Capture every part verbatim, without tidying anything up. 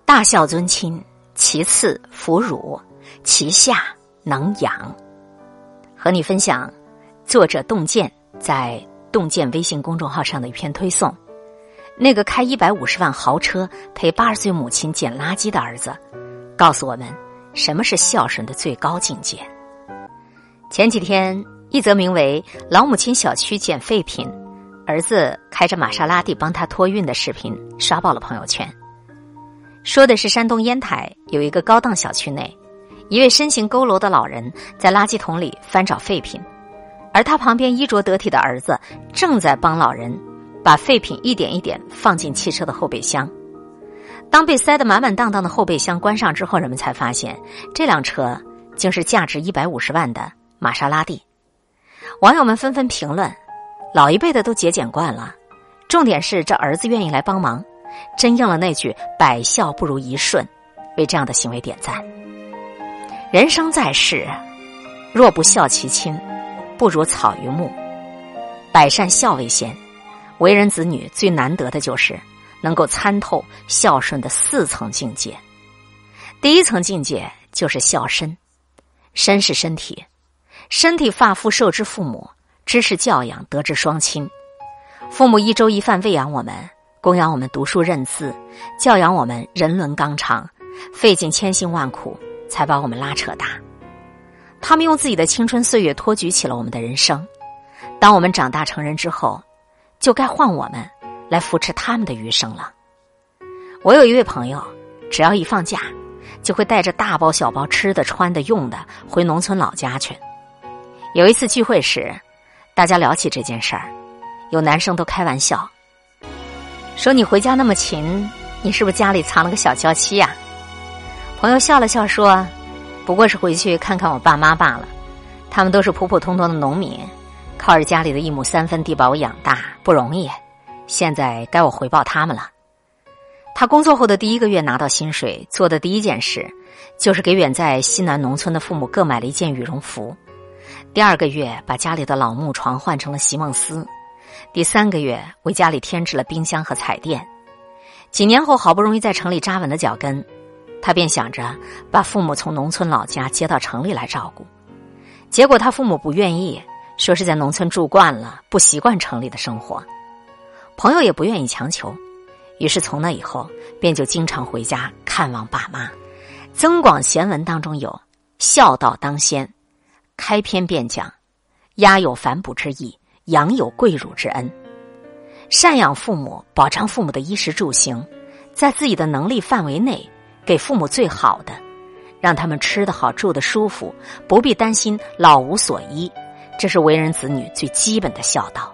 大孝尊亲，其次腐乳，其下能养。和你分享作者洞见在洞见微信公众号上的一篇推送。那个开一百五十万豪车陪八十岁母亲捡垃圾的儿子，告诉我们什么是孝顺的最高境界。前几天，一则名为老母亲小区捡废品，儿子开着玛莎拉蒂帮他托运的视频刷爆了朋友圈。说的是山东烟台有一个高档小区内，一位身形佝偻的老人在垃圾桶里翻找废品，而他旁边衣着得体的儿子正在帮老人把废品一点一点放进汽车的后备箱。当被塞得满满当当的后备箱关上之后，人们才发现这辆车竟是价值一百五十万的玛莎拉蒂。网友们纷纷评论，老一辈的都节俭惯了，重点是这儿子愿意来帮忙，真应了那句百孝不如一顺，为这样的行为点赞。人生在世，若不孝其亲，不如草于木。百善孝为先，为人子女最难得的就是能够参透孝顺的四层境界。第一层境界就是孝身，身是身体，身体发肤受之父母，知识教养得之双亲。父母一粥一饭喂养我们，供养我们读书认字，教养我们人伦纲常，费尽千辛万苦才把我们拉扯大。他们用自己的青春岁月托举起了我们的人生，当我们长大成人之后，就该换我们来扶持他们的余生了。我有一位朋友，只要一放假，就会带着大包小包吃的穿的用的回农村老家去。有一次聚会时，大家聊起这件事儿，有男生都开玩笑说，你回家那么勤，你是不是家里藏了个小娇妻呀？朋友笑了笑说，不过是回去看看我爸妈罢了，他们都是普普通通的农民，靠着家里的一亩三分地把我养大，不容易，现在该我回报他们了。他工作后的第一个月拿到薪水，做的第一件事就是给远在西南农村的父母各买了一件羽绒服。第二个月把家里的老木床换成了席梦思，第三个月为家里添置了冰箱和彩电。几年后好不容易在城里扎稳了脚跟，他便想着把父母从农村老家接到城里来照顾。结果他父母不愿意，说是在农村住惯了，不习惯城里的生活。朋友也不愿意强求，于是从那以后便就经常回家看望爸妈。增广贤文当中有孝道当先，开篇便讲鸭有反哺之意，羊有跪乳之恩。赡养父母，保障父母的衣食住行，在自己的能力范围内给父母最好的，让他们吃得好住得舒服，不必担心老无所依，这是为人子女最基本的孝道。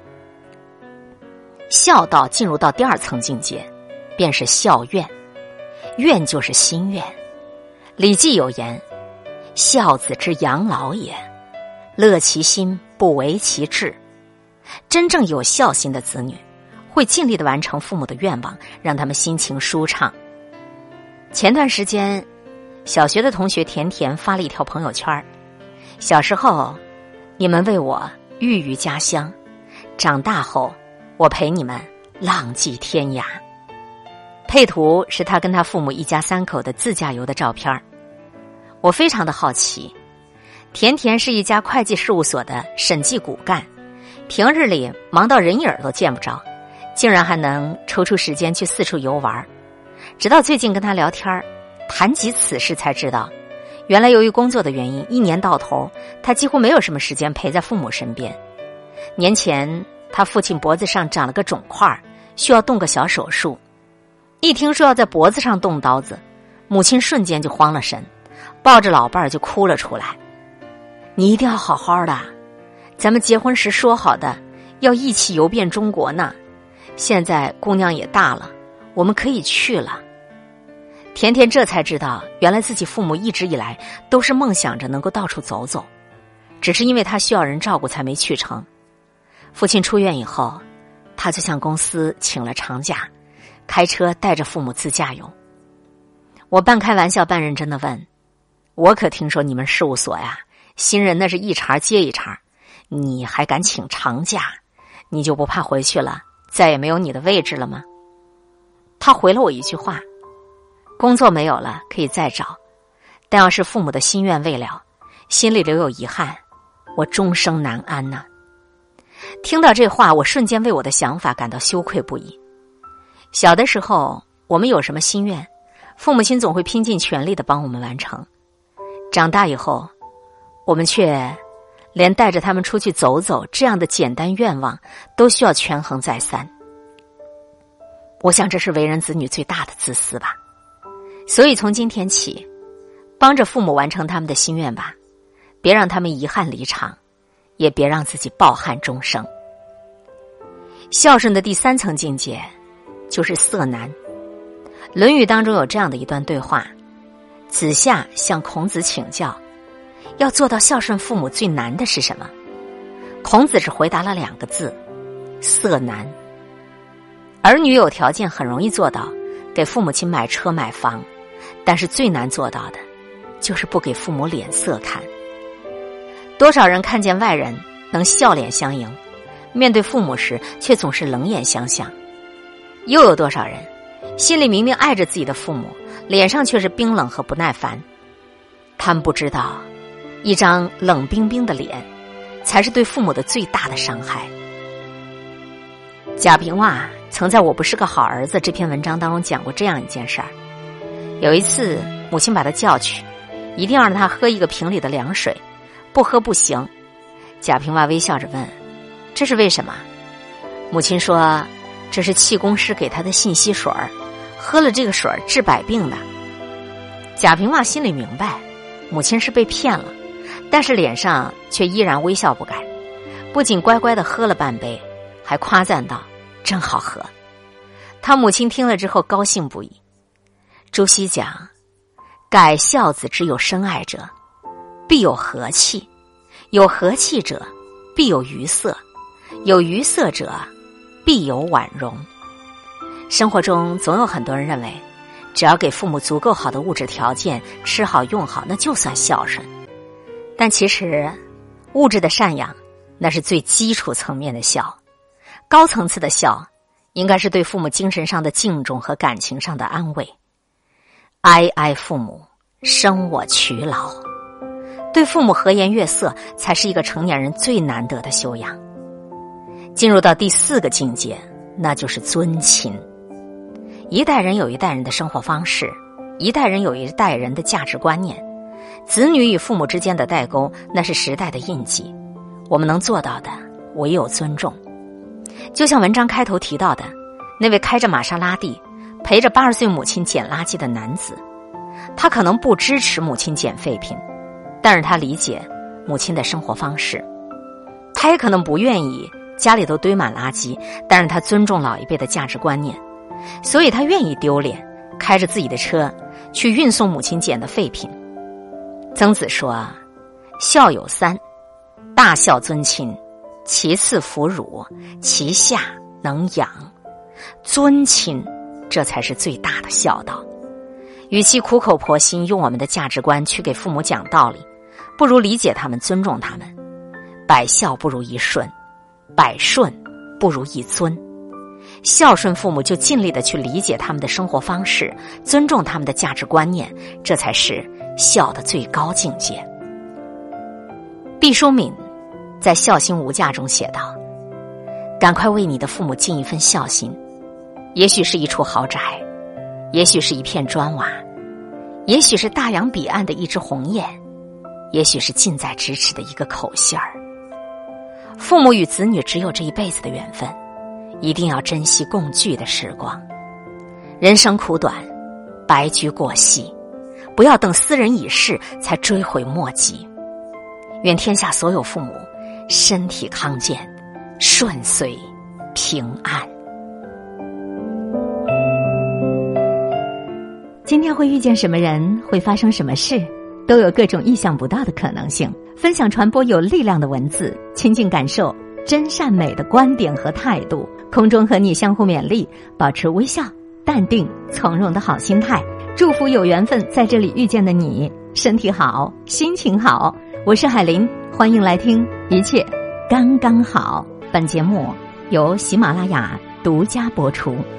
孝道进入到第二层境界，便是孝愿。愿就是心愿。礼记有言，孝子之养老也，乐其心，不为其志。真正有孝心的子女会尽力地完成父母的愿望，让他们心情舒畅。前段时间小学的同学甜甜发了一条朋友圈，小时候你们为我寓于家乡，长大后我陪你们浪迹天涯。配图是他跟他父母一家三口的自驾游的照片。我非常的好奇，甜甜是一家会计事务所的审计骨干，平日里忙到人影都见不着，竟然还能抽出时间去四处游玩。直到最近跟他聊天，谈及此事才知道，原来由于工作的原因，一年到头他几乎没有什么时间陪在父母身边。年前他父亲脖子上长了个肿块，需要动个小手术。一听说要在脖子上动刀子，母亲瞬间就慌了神，抱着老伴儿就哭了出来。你一定要好好的，咱们结婚时说好的要一起游遍中国呢，现在姑娘也大了，我们可以去了。甜甜这才知道，原来自己父母一直以来都是梦想着能够到处走走，只是因为他需要人照顾才没去成。父亲出院以后，他就向公司请了长假，开车带着父母自驾游。我半开玩笑半认真的问，我可听说你们事务所呀，新人那是一茬接一茬，你还敢请长假，你就不怕回去了再也没有你的位置了吗？他回了我一句话， 工作没有了可以再找，但要是父母的心愿未了，心里留有遗憾，我终生难安呐。听到这话，我瞬间为我的想法感到羞愧不已。小的时候，我们有什么心愿，父母亲总会拼尽全力地帮我们完成。长大以后，我们却连带着他们出去走走这样的简单愿望都需要权衡再三。我想这是为人子女最大的自私吧。所以从今天起，帮着父母完成他们的心愿吧，别让他们遗憾离场，也别让自己抱憾终生。孝顺的第三层境界就是色难。论语当中有这样的一段对话，子夏向孔子请教，要做到孝顺父母最难的是什么？孔子只回答了两个字：色难。儿女有条件很容易做到，给父母亲买车买房，但是最难做到的就是不给父母脸色看。多少人看见外人能笑脸相迎，面对父母时却总是冷眼相向。又有多少人心里明明爱着自己的父母，脸上却是冰冷和不耐烦。他们不知道，一张冷冰冰的脸才是对父母的最大的伤害。贾平凹曾在我不是个好儿子这篇文章当中讲过这样一件事儿。有一次母亲把他叫去，一定要让他喝一个瓶里的凉水，不喝不行。贾平凹微笑着问，这是为什么？母亲说，这是气功师给他的信息水儿，喝了这个水儿治百病的。贾平凹心里明白母亲是被骗了，但是脸上却依然微笑不改，不仅乖乖地喝了半杯，还夸赞道，真好喝。他母亲听了之后高兴不已。朱熹讲，改孝子之有深爱者，必有和气，有和气者必有愉色，有愉色者必有婉容。生活中总有很多人认为，只要给父母足够好的物质条件，吃好用好，那就算孝顺。但其实物质的赡养那是最基础层面的孝，高层次的孝应该是对父母精神上的敬重和感情上的安慰。哀哀父母，生我劬劳，对父母和颜悦色才是一个成年人最难得的修养。进入到第四个境界，那就是尊亲。一代人有一代人的生活方式，一代人有一代人的价值观念，子女与父母之间的代沟，那是时代的印记。我们能做到的唯有尊重。就像文章开头提到的，那位开着玛莎拉蒂陪着八十岁母亲捡垃圾的男子，他可能不支持母亲捡废品，但是他理解母亲的生活方式。他也可能不愿意家里都堆满垃圾，但是他尊重老一辈的价值观念，所以他愿意丢脸，开着自己的车去运送母亲捡的废品。曾子说，孝有三，大孝尊亲，其次服乳，其下能养。尊亲，这才是最大的孝道。与其苦口婆心用我们的价值观去给父母讲道理，不如理解他们，尊重他们。百孝不如一顺，百顺不如一尊。孝顺父母就尽力的去理解他们的生活方式，尊重他们的价值观念，这才是孝的最高境界。毕淑敏在《孝心无价》中写道，赶快为你的父母尽一份孝心，也许是一处豪宅，也许是一片砖瓦，也许是大洋彼岸的一只鸿雁，也许是近在咫尺的一个口信儿。父母与子女只有这一辈子的缘分，一定要珍惜共聚的时光。人生苦短，白驹过隙，不要等斯人已逝才追悔莫及。愿天下所有父母身体康健，顺遂平安。 今天会遇见什么人，会发生什么事，都有各种意想不到的可能性。分享传播有力量的文字，亲近感受真善美的观点和态度。空中和你相互勉励，保持微笑、淡定、从容的好心态。祝福有缘分在这里遇见的你，身体好，心情好。我是海林，欢迎来听一切刚刚好。本节目由喜马拉雅独家播出。